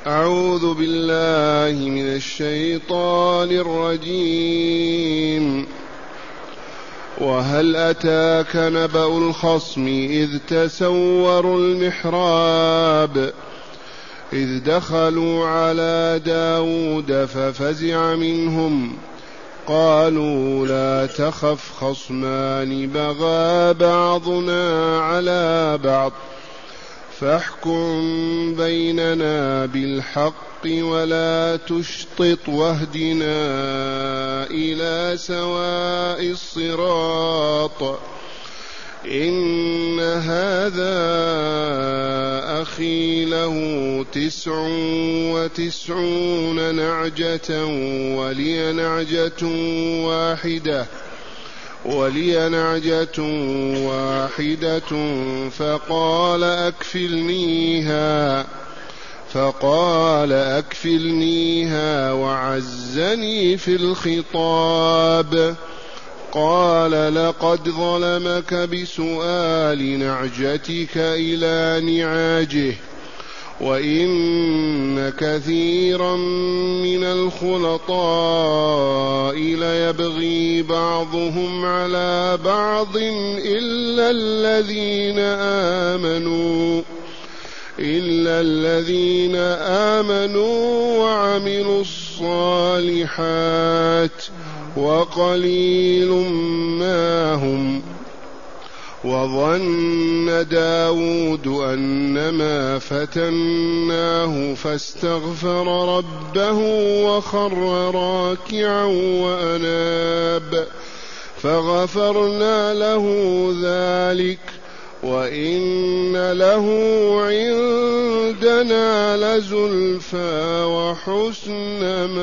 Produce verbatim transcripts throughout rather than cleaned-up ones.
أعوذ بالله من الشيطان الرجيم. وهل أتاك نبأ الخصم إذ تسوروا المحراب إذ دخلوا على داود ففزع منهم قالوا لا تخف خصمان بغى بعضنا على بعض فاحكم بيننا بالحق ولا تشطط واهدنا إلى سواء الصراط إن هذا أخي له تسع وتسعون نعجة ولي نعجة واحدة ولي نعجة واحدة فقال أكفلنيها فقال أكفلنيها وعزني في الخطاب قال لقد ظلمك بسؤال نعجتك إلى نعاجه وإن كثيرا من الخلطاء ليبغي بعضهم على بعض إلا الذين آمنوا إلا الذين آمنوا وعملوا الصالحات وقليل ما هم. وظن داود أنما فتناه فاستغفر ربه وخر راكعا وأناب فغفرنا له ذلك وإن له عندنا لزلفى وحسن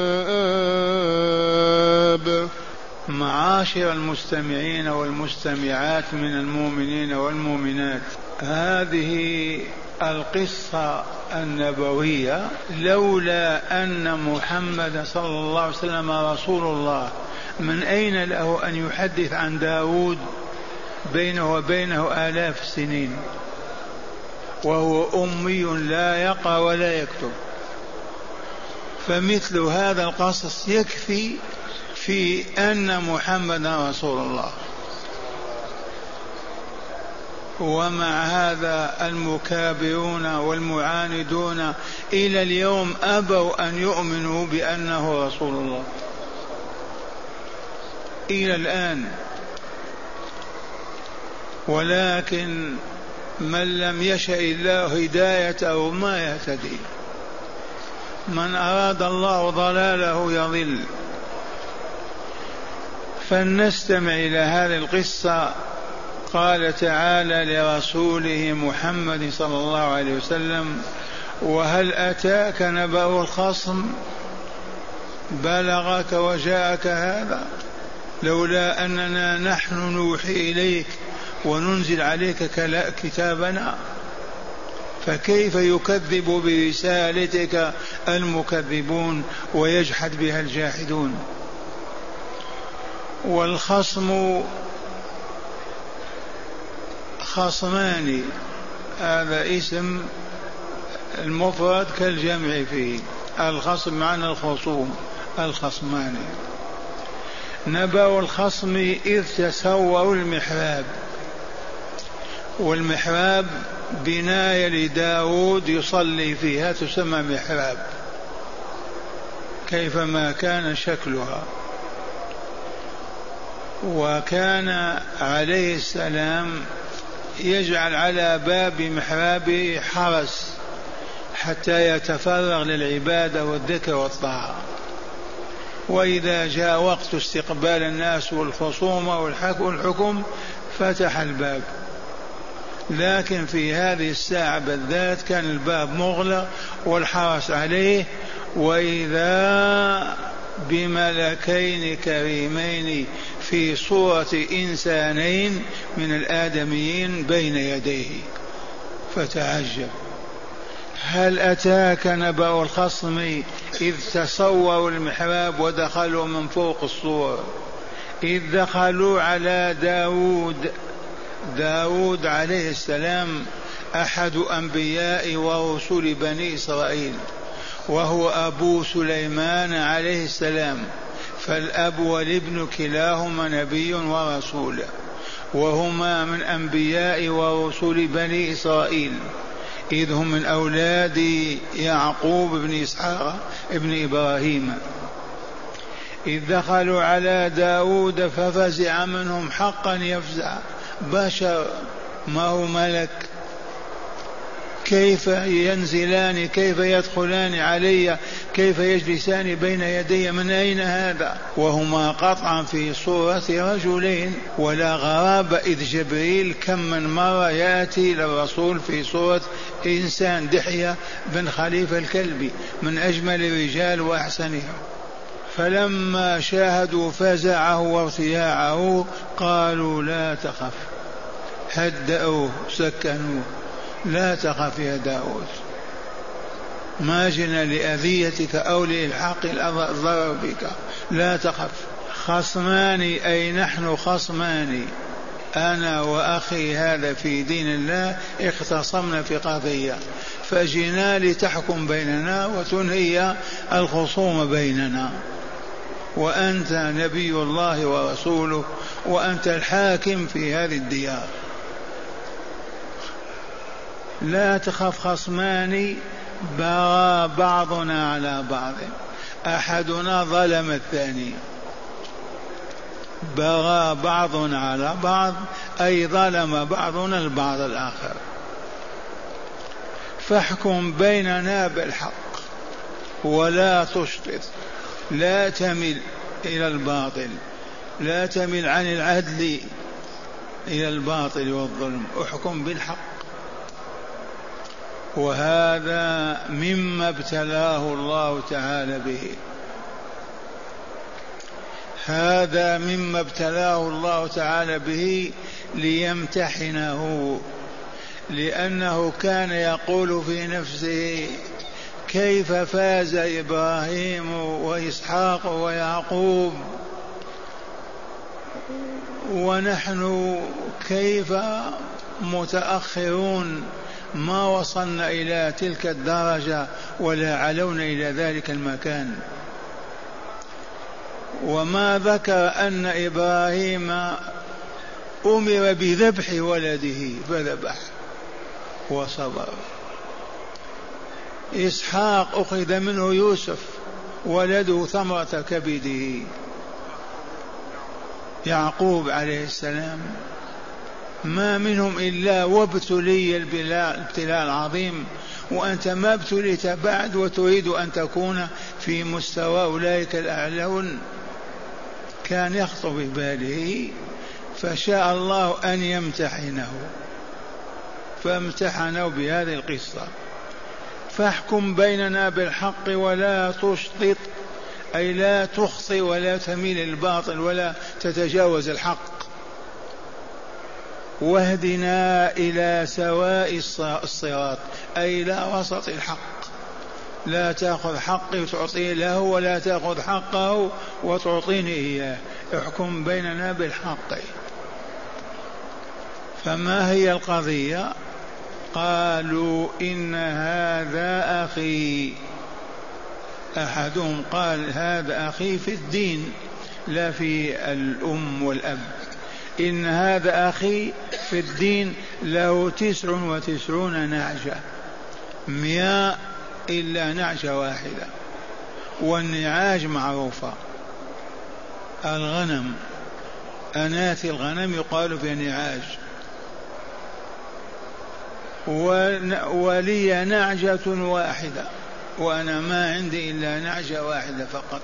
مآب. معاشر المستمعين والمستمعات من المؤمنين والمؤمنات، هذه القصة النبوية لولا أن محمد صلى الله عليه وسلم رسول الله من أين له أن يحدث عن داود بينه وبينه آلاف السنين وهو أمي لا يقرأ ولا يكتب؟ فمثل هذا القصص يكفي في أن محمد رسول الله. ومع هذا المكابرون والمعاندون إلى اليوم أبوا أن يؤمنوا بأنه رسول الله إلى الآن. ولكن من لم يشأ الله هدايته ما يهتدي، من أراد الله ضلاله يضل. فلنستمع إلى هذه القصة. قال تعالى لرسوله محمد صلى الله عليه وسلم: وهل أتاك نبأ الخصم؟ بلغك وجاءك هذا؟ لولا أننا نحن نوحي إليك وننزل عليك كتابنا، فكيف يكذب برسالتك المكذبون ويجحد بها الجاحدون؟ والخصم خصمان، هذا اسم المفرد كالجمع فيه. الخصم معنى الخصوم، الخصمان. نبأ الخصم إذ تسوروا المحراب، والمحراب بناية لداود يصلي فيها تسمى محراب كيفما كان شكلها. وكان عليه السلام يجعل على باب محرابه حرس حتى يتفرغ للعبادة والذكر والطاعة، وإذا جاء وقت استقبال الناس والخصومة والحكم فتح الباب. لكن في هذه الساعة بالذات كان الباب مغلق والحرس عليه، وإذا بملكين كريمين في صورة إنسانين من الآدميين بين يديه، فتعجب: هل أتاك نبأ الخصم إذ تصوروا المحراب ودخلوا من فوق السور، إذ دخلوا على داود. داود عليه السلام أحد أنبياء ورسل بني إسرائيل، وهو أبو سليمان عليه السلام، فالأب والابن كلاهما نبي ورسول، وهما من أنبياء ورسل بني إسرائيل، إذ هم من أولاد يعقوب بن إسحاق ابن إبراهيم. إذ دخلوا على داود ففزع منهم حقا يفزع، بشر ما هو ملك، كيف ينزلان كيف يدخلان علي كيف يجلسان بين يدي، من أين هذا؟ وهما قطعا في صورة رجلين، ولا غرابة إذ جبريل كم من مرة يأتي للرسول في صورة إنسان، دحية بن خليفة الكلبي من أجمل الرجال وأحسنهم. فلما شاهدوا فزعه وارتياعه قالوا لا تخف، هدأوه سكنوه، لا تخف يا داود، ما جئنا لأذيتك أو لإلحاق الضرر بك، لا تخف. خصمان أي نحن خصمان، أنا وأخي هذا في دين الله اختصمنا في قضية، فجئنا لتحكم بيننا وتنهي الخصوم بيننا، وأنت نبي الله ورسوله، وأنت الحاكم في هذه الديار، لا تخف. خصمان بغى بعضنا على بعض، أحدنا ظلم الثاني، بغى بعضنا على بعض أي ظلم بعضنا البعض الآخر، فاحكم بيننا بالحق ولا تشطط، لا تمل إلى الباطل، لا تمل عن العدل إلى الباطل والظلم، احكم بالحق. وهذا مما ابتلاه الله تعالى به، هذا مما ابتلاه الله تعالى به ليمتحنه، لأنه كان يقول في نفسه كيف فاز إبراهيم وإسحاق ويعقوب ونحن كيف متأخرون، ما وصلنا إلى تلك الدرجة ولا علونا إلى ذلك المكان. وما ذكر أن إبراهيم أمر بذبح ولده فذبح وصبر، إسحاق أخذ منه يوسف ولده ثمرة كبده، يعقوب عليه السلام ما منهم إلا وابتلي الابتلاء العظيم، وأنت ما ابتليت بعد وتريد أن تكون في مستوى أولئك الأعلون. كان يخطر بباله، فشاء الله أن يمتحنه فامتحنه بهذه القصة. فاحكم بيننا بالحق ولا تشطط، أي لا تخطئ ولا تميل الباطل ولا تتجاوز الحق، واهدنا إلى سواء الصراط، أي لا وسط الحق، لا تأخذ حقي وتعطيه له ولا تأخذ حقه وتعطيني إياه، احكم بيننا بالحق. فما هي القضية؟ قالوا إن هذا أخي، أحدهم قال هذا أخي في الدين لا في الأم والأب، إن هذا أخي في الدين له تسع وتسعون نعجة، مئة إلا نعجة واحدة، والنعاج معروفة الغنم، أناتي الغنم يقال في نعاج، ولي نعجة واحدة وأنا ما عندي إلا نعجة واحدة فقط.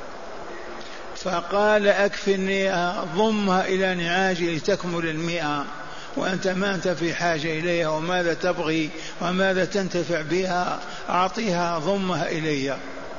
فقال أكفنيها، ضمها إلى نعاجي لتكمل المئة، وأنت ما أنت في حاجة إليها، وماذا تبغي وماذا تنتفع بها، أعطيها ضمها إلي.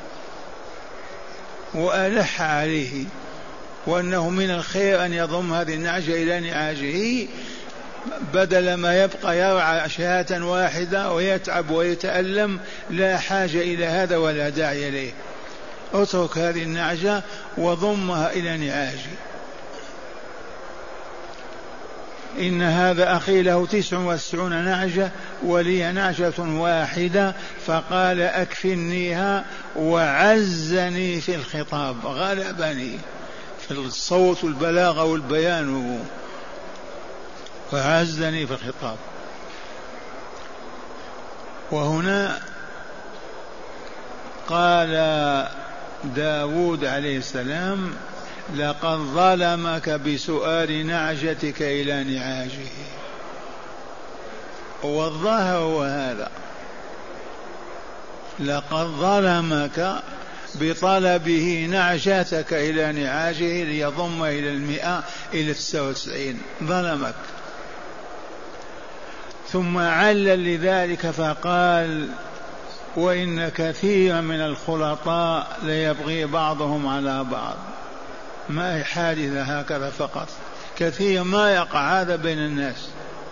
وألح عليه، وأنه من الخير أن يضم هذه النعجة إلى نعاجه بدل ما يبقى يرعى شاة واحدة ويتعب ويتألم، لا حاجة إلى هذا ولا داعي إليه، اترك هذه النعجة وضمها إلى نعاجي. إن هذا أخي له تسع وتسعون نعجة ولي نعجة واحدة، فقال أكفلنيها، وعزني في الخطاب، غلبني في الصوت والبلاغة والبيان، وعزني في الخطاب. وهنا قال داود عليه السلام لقد ظلمك بسؤال نعجتك إلى نعاجه، والظاهر هو هذا، لقد ظلمك بطلبه نعجتك إلى نعاجه ليضم إلى المئة إلى تسعة وتسعين، ظلمك. ثم علل لذلك فقال وإن كثيرا من الخلطاء ليبغي بعضهم على بعض. ما هي حادثة هكذا فقط، كثير ما يقع هذا بين الناس.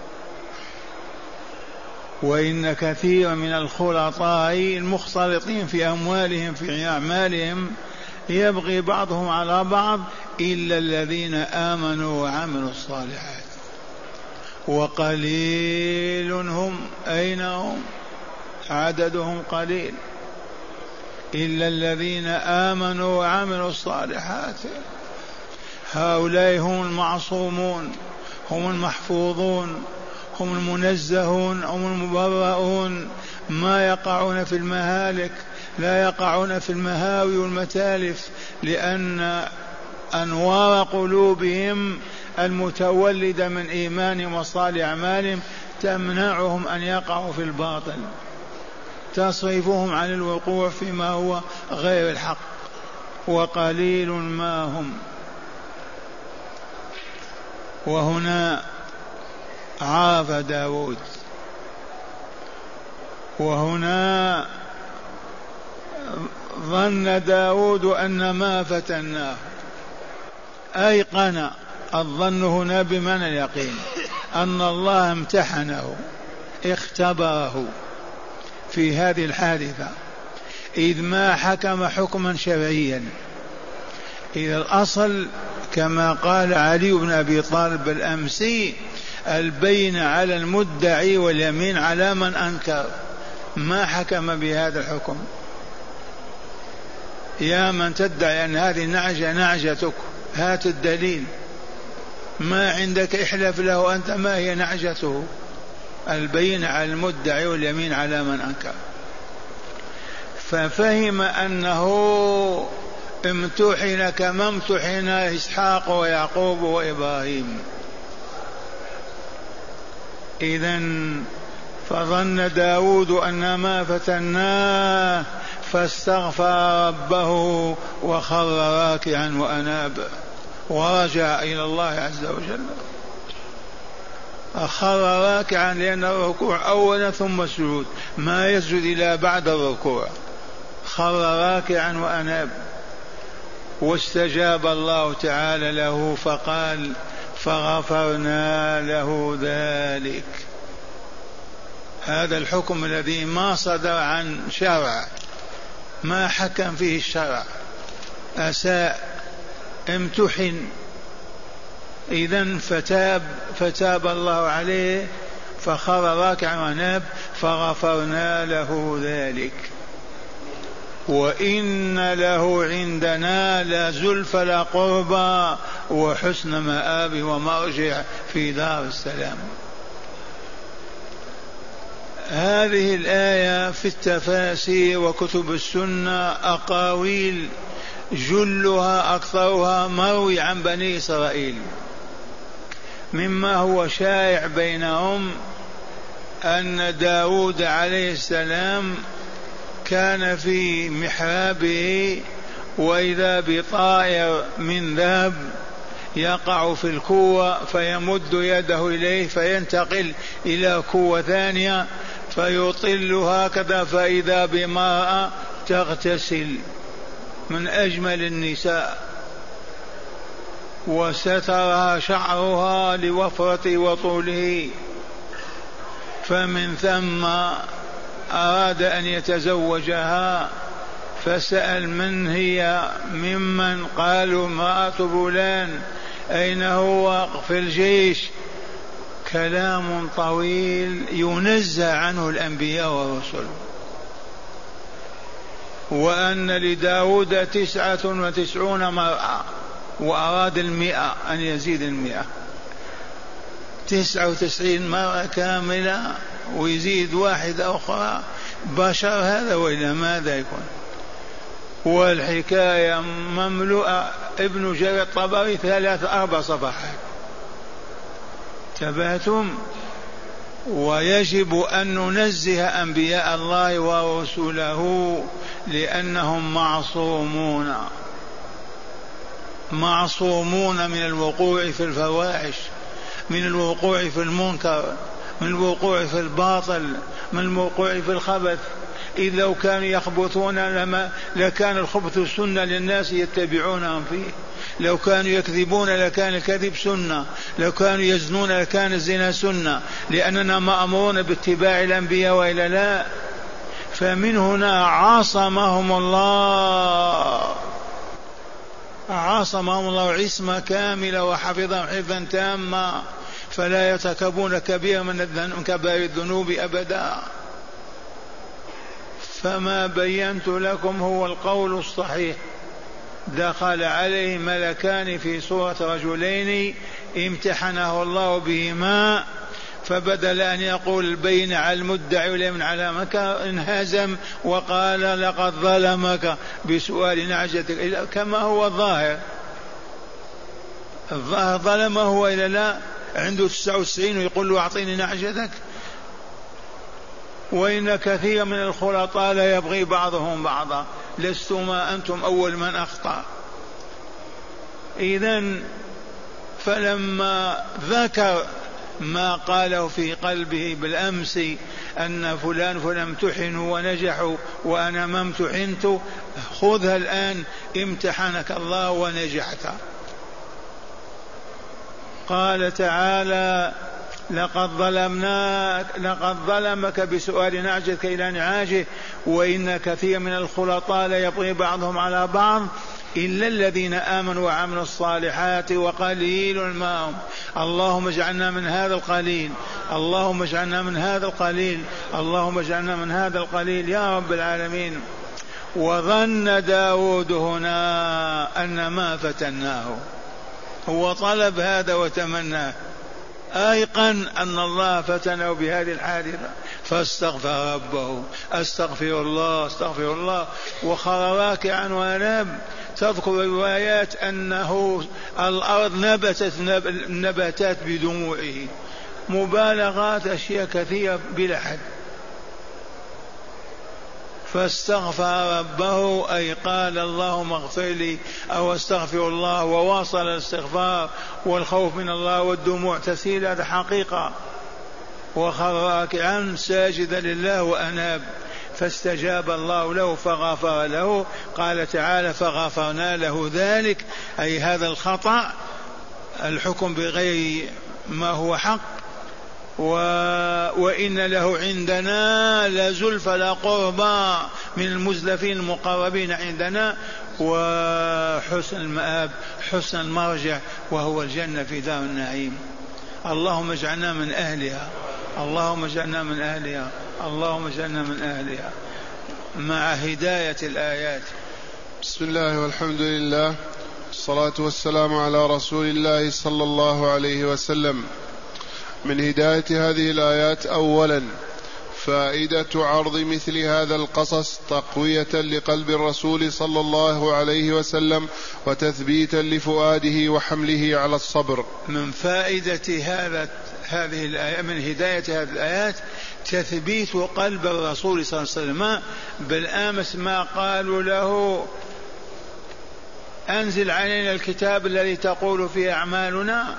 وإن كثير من الخلطاء المختلطين في أموالهم في أعمالهم يبغي بعضهم على بعض إلا الذين آمنوا وعملوا الصالحات، وقليل هم. أين هم؟ عددهم قليل. إلا الذين آمنوا وعملوا الصالحات، هؤلاء هم المعصومون، هم المحفوظون، هم المنزهون، هم المبرؤون، ما يقعون في المهالك، لا يقعون في المهاوي والمتالف، لأن أنوار قلوبهم المتولدة من إيمانهم وصالح أعمالهم تمنعهم أن يقعوا في الباطل، تصرفهم عن الوقوع فيما هو غير الحق، وقليل ما هم. وهنا عاف داود، وهنا ظن داود أن ما فتناه، أيقن. الظن هنا بمعنى اليقين أن الله امتحنه، اختبره في هذه الحادثة، إذ ما حكم حكما شرعيا. إذا الأصل كما قال علي بن أبي طالب الأمسي البين على المدعي واليمين على من أنكر، ما حكم بهذا الحكم. يا من تدعي أن هذه نعجة نعجتك، هات الدليل، ما عندك احلف له أنت ما هي نعجته. البين على المدعي واليمين على من أنكر. ففهم أنه امتحن كما امتحن إسحاق ويعقوب وإبراهيم. إذن فظن داود أن ما فتناه فاستغفر ربه وخر راكعا وأناب ورجع إلى الله عز وجل. خر راكعا لأن الركوع أولا ثم السجود، ما يسجد إلا بعد الركوع. خر راكعا وأناب، واستجاب الله تعالى له فقال فغفرنا له ذلك. هذا الحكم الذي ما صدر عن شرع، ما حكم فيه الشرع، أساء، امتحن. إذن فتاب فتاب الله عليه فخر راكعا وأناب فغفرنا له ذلك. وإن له عندنا لزلفى لقربى وحسن مآب ومرجع في دار السلام. هذه الآية في التفاسير وكتب السنة أقاويل جلها أكثرها مروي عن بني إسرائيل، مما هو شائع بينهم أن داود عليه السلام كان في محرابه وإذا بطائر من ذهب يقع في الكوة فيمد يده إليه فينتقل إلى كوة ثانية فيطل هكذا، فإذا بامرأة تغتسل من أجمل النساء وسترها شعرها لوفرته وطوله، فمن ثم أراد أن يتزوجها فسأل من هي، ممن؟ قالوا امرأة فلان. أين هو؟ في الجيش. كلام طويل ينزه عنه الأنبياء والرسل. وأن لداود تسعة وتسعون مرأة وأراد المئة أن يزيد المئة، تسعة وتسعين مرأة كاملة ويزيد واحدة أخرى بشر، هذا وإلى ماذا يكون؟ والحكاية مملوءة. ابن جرير الطبري ثلاث أربع صفحات، تبهتم. ويجب أن ننزه أنبياء الله ورسله لأنهم معصومون، معصومون من الوقوع في الفواحش، من الوقوع في المنكر، من الوقوع في الباطل، من الوقوع في الخبث. إذ لو كانوا يخبثون لما لكان الخبث سنة للناس يتبعونهم فيه، لو كانوا يكذبون لكان الكذب سنة، لو كانوا يزنون لكان الزنا سنة، لأننا مأمورون باتباع الأنبياء وإلا لا. فمن هنا عصمهم الله، عصمهم الله عصمة كاملة وحفظهم حفظا تاما، فلا يرتكبون كبيرا من كبائر الذنوب أبدا. فما بينت لكم هو القول الصحيح. دخل عليه ملكان في صورة رجلين امتحنه الله بهما، فبدل أن يقول البين على المدعي واليمين على مكة انهزم وقال لقد ظلمك بسؤال نعجتك، كما هو الظاهر. الظاهر ظلمه هو إلا لا، عنده تسعة وتسعين ويقول له أعطيني نعجتك. وإن كثير من الخلطاء لا يبغي بعضهم بعضا، لستما أنتم أول من أخطأ. إذن فلما ذكر ما قاله في قلبه بالأمس أن فلان فلان امتحنوا ونجحوا وأنا ما امتحنت، خذها الآن، امتحنك الله ونجحت. قال تعالى لقد ظلمناك، لقد ظلمك بسؤال نعجتك إلى نعاجه، وإن كثير من الخلطاء لا يبغي بعضهم على بعض إلا الذين آمنوا وعملوا الصالحات وقليل ما هم. اللهم اجعلنا من هذا القليل، اللهم اجعلنا من هذا القليل، اللهم اجعلنا من هذا القليل يا رب العالمين. وظن داود هنا أن ما فتناه، هو طلب هذا وتمناه، أيقن أن الله فتنه بهذه الحادثة، فاستغفر ربه، أستغفر الله أستغفر الله، وخر راكعا وأناب. تذكر روايات أنه الأرض نبتت نباتات بدموعه، مبالغات، أشياء كثيرة بلا حد. فاستغفر ربه أي قال اللهم اغفر لي أو استغفر الله، وواصل الاستغفار والخوف من الله والدموع تسيل، هذا حقيقة. وخر راكعا ساجدا لله وأناب، فاستجاب الله له فغفر له. قال تعالى فغفرنا له ذلك، أي هذا الخطأ، الحكم بغير ما هو حق. و... وإن له عندنا لزلفى لا قربى من المزلفين المقربين عندنا، وحسن المآب، حسن المرجع، وهو الجنة في دار النعيم. اللهم اجعلنا من أهلها، اللهم اجعلنا من أهلها، اللهم اجعلنا من أهلها. مع هداية الآيات. بسم الله والحمد لله، الصلاة والسلام على رسول الله صلى الله عليه وسلم. من هداية هذه الآيات: أولا فائدة عرض مثل هذا القصص تقوية لقلب الرسول صلى الله عليه وسلم وتثبيتا لفؤاده وحمله على الصبر. من فائدة هذا هذه الآية، من هداية هذه الآيات، تثبيت قلب الرسول صلى الله عليه وسلم. بالأمس ما قالوا له أنزل علينا الكتاب الذي تقول فيه أعمالنا،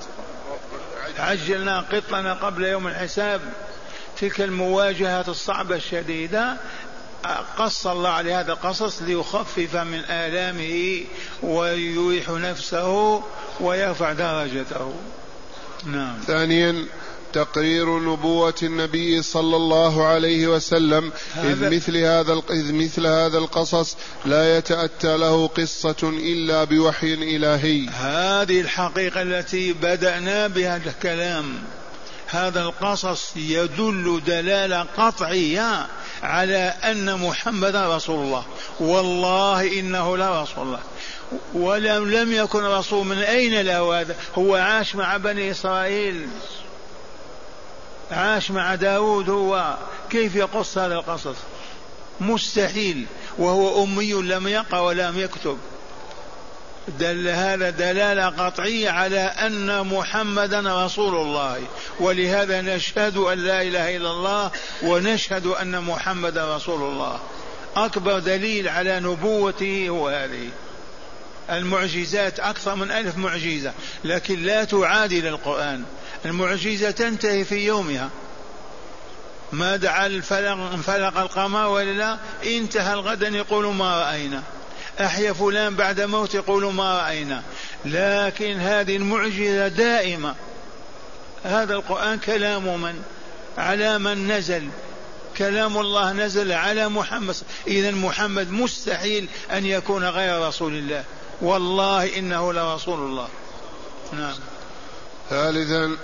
عجلنا قطنا قبل يوم الحساب، تلك المواجهة الصعبة الشديدة، قص الله على هذا القصص ليخفف من آلامه ويريح نفسه ويرفع درجته. نعم. ثانيا تقرير نبوة النبي صلى الله عليه وسلم، إذ مثل هذا إذ مثل هذا القصص لا يتأتى له قصة إلا بوحي إلهي. هذه الحقيقة التي بدأنا بها الكلام، هذا القصص يدل دلالة قطعية على أن محمد رسول الله، والله إنه لرسول الله، ولم لم يكن رسول. من أين له هذا؟ هو عاش مع بني إسرائيل، عاش مع داود، هو كيف يقص هذا القصص؟ مستحيل، وهو أمي لم يقرأ ولم يكتب. دل هذا دلالة قطعية على أن محمدا رسول الله، ولهذا نشهد أن لا إله إلا الله ونشهد أن محمدا رسول الله. أكبر دليل على نبوته هو هذه. المعجزات أكثر من ألف معجزة، لكن لا تعادل القرآن. المعجزة تنتهي في يومها، ما دعا الفلق انفلق القمر ولا انتهى الغدا يقول ما رأينا، أحيا فلان بعد موت يقول ما رأينا. لكن هذه المعجزة دائمة. هذا القرآن كلام من؟ على من نزل؟ كلام الله نزل على محمد. إذن محمد مستحيل أن يكون غير رسول الله، والله إنه لرسول الله. نعم. ثالثا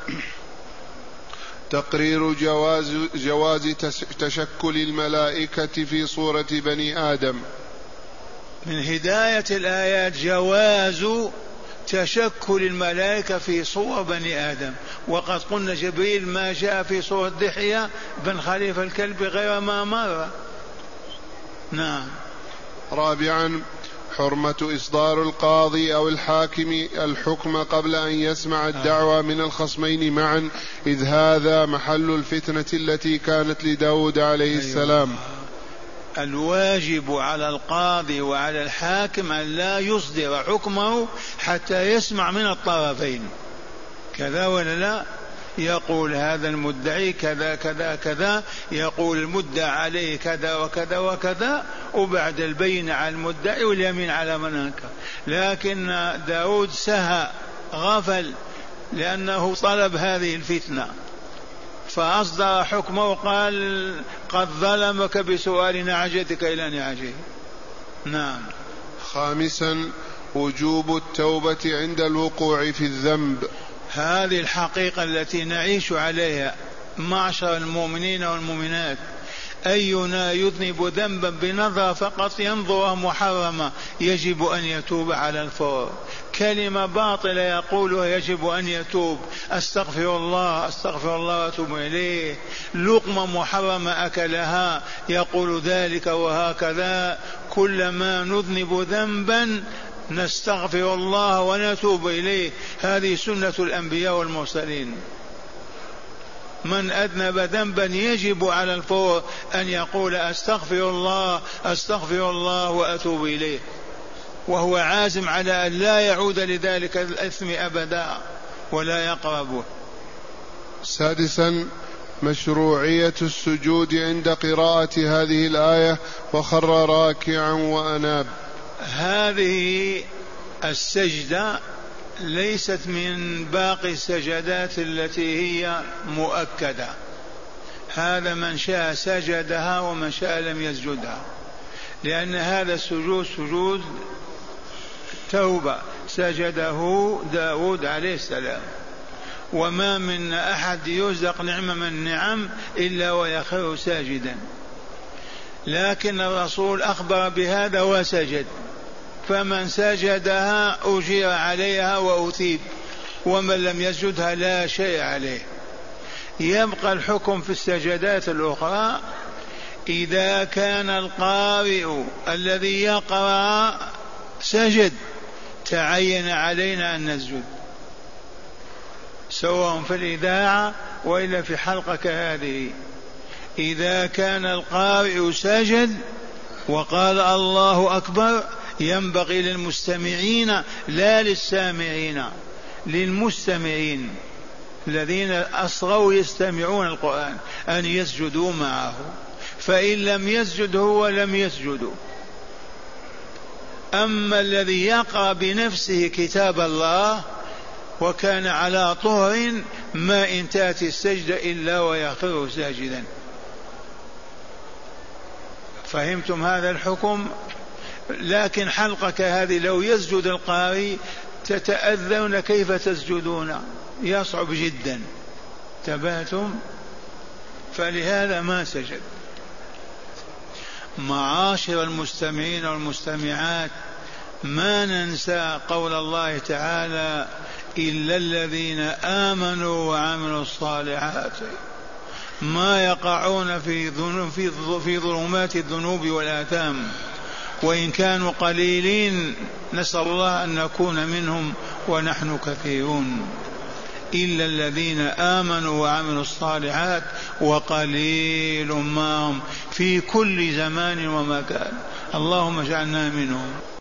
تقرير جواز, جواز تشكل الملائكة في صورة بني آدم. من هداية الآيات جواز تشكل الملائكة في صور بني آدم، وقد قلنا جبريل ما جاء في صورة دحية بن خليفة الكلب غير ما مر. نعم. رابعا حرمة إصدار القاضي أو الحاكم الحكم قبل أن يسمع الدعوة من الخصمين معا، إذ هذا محل الفتنة التي كانت لداود عليه السلام. الواجب على القاضي وعلى الحاكم أن لا يصدر حكمه حتى يسمع من الطرفين، كذا ولا لا؟ يقول هذا المدعي كذا كذا كذا، يقول المدعى عليه كذا وكذا وكذا، وبعد البينة على المدعي واليمين على من أنكر. لكن داود سهى غفل لأنه طلب هذه الفتنة، فأصدر حكمه وقال قد ظلمك بسؤال نعجتك إلى نعجه. نعم. خامسا وجوب التوبة عند الوقوع في الذنب. هذه الحقيقة التي نعيش عليها معشر المؤمنين والمؤمنات. أينا يذنب ذنبا بنظر فقط ينظر محرما يجب أن يتوب على الفور. كلمة باطلة يقولها يجب أن يتوب، أستغفر الله أستغفر الله وأتوب إليه. لقمة محرمة أكلها يقول ذلك وهكذا. كلما نذنب ذنبا نستغفر الله ونتوب إليه. هذه سنة الأنبياء والمرسلين. من أذنب ذنبا يجب على الفور أن يقول أستغفر الله أستغفر الله وأتوب إليه، وهو عازم على أن لا يعود لذلك الإثم أبدا ولا يقربه. سادسا مشروعية السجود عند قراءة هذه الآية وخر راكعا وأناب. هذه السجدة ليست من باقي السجدات التي هي مؤكدة، هذا من شاء سجدها ومن شاء لم يسجدها، لأن هذا السجود سجود توبة سجده داود عليه السلام، وما من أحد يرزق نعمة من النعم إلا ويخر ساجدا، لكن الرسول أخبر بهذا وسجد، فمن سجدها أجير عليها وأثيب، ومن لم يسجدها لا شيء عليه. يبقى الحكم في السجدات الأخرى إذا كان القارئ الذي يقرأ سجد تعين علينا أن نسجد، سواء في الإذاعة وإلا في حلقة كهذه. إذا كان القارئ سجد وقال الله أكبر ينبغي للمستمعين لا للسامعين، للمستمعين الذين أصغوا يستمعون القرآن أن يسجدوا معه، فإن لم يسجد هو لم يسجدوا. أما الذي يقرأ بنفسه كتاب الله وكان على طهر ما إن تأتي السجدة إلا ويخر ساجدا. فهمتم هذا الحكم؟ لكن حلقة كهذه لو يسجد القارئ تتأذون كيف تسجدون، يصعب جدا. انتبهتم؟ فلهذا ما سجد. معاشر المستمعين والمستمعات، ما ننسى قول الله تعالى إلا الذين آمنوا وعملوا الصالحات، ما يقعون في في ظلمات الذنوب والآثام وإن كانوا قليلين، نسأل الله أن نكون منهم ونحن كثيرون. إلا الذين آمنوا وعملوا الصالحات وقليل ما هم في كل زمان ومكان. اللهم اجعلنا منهم.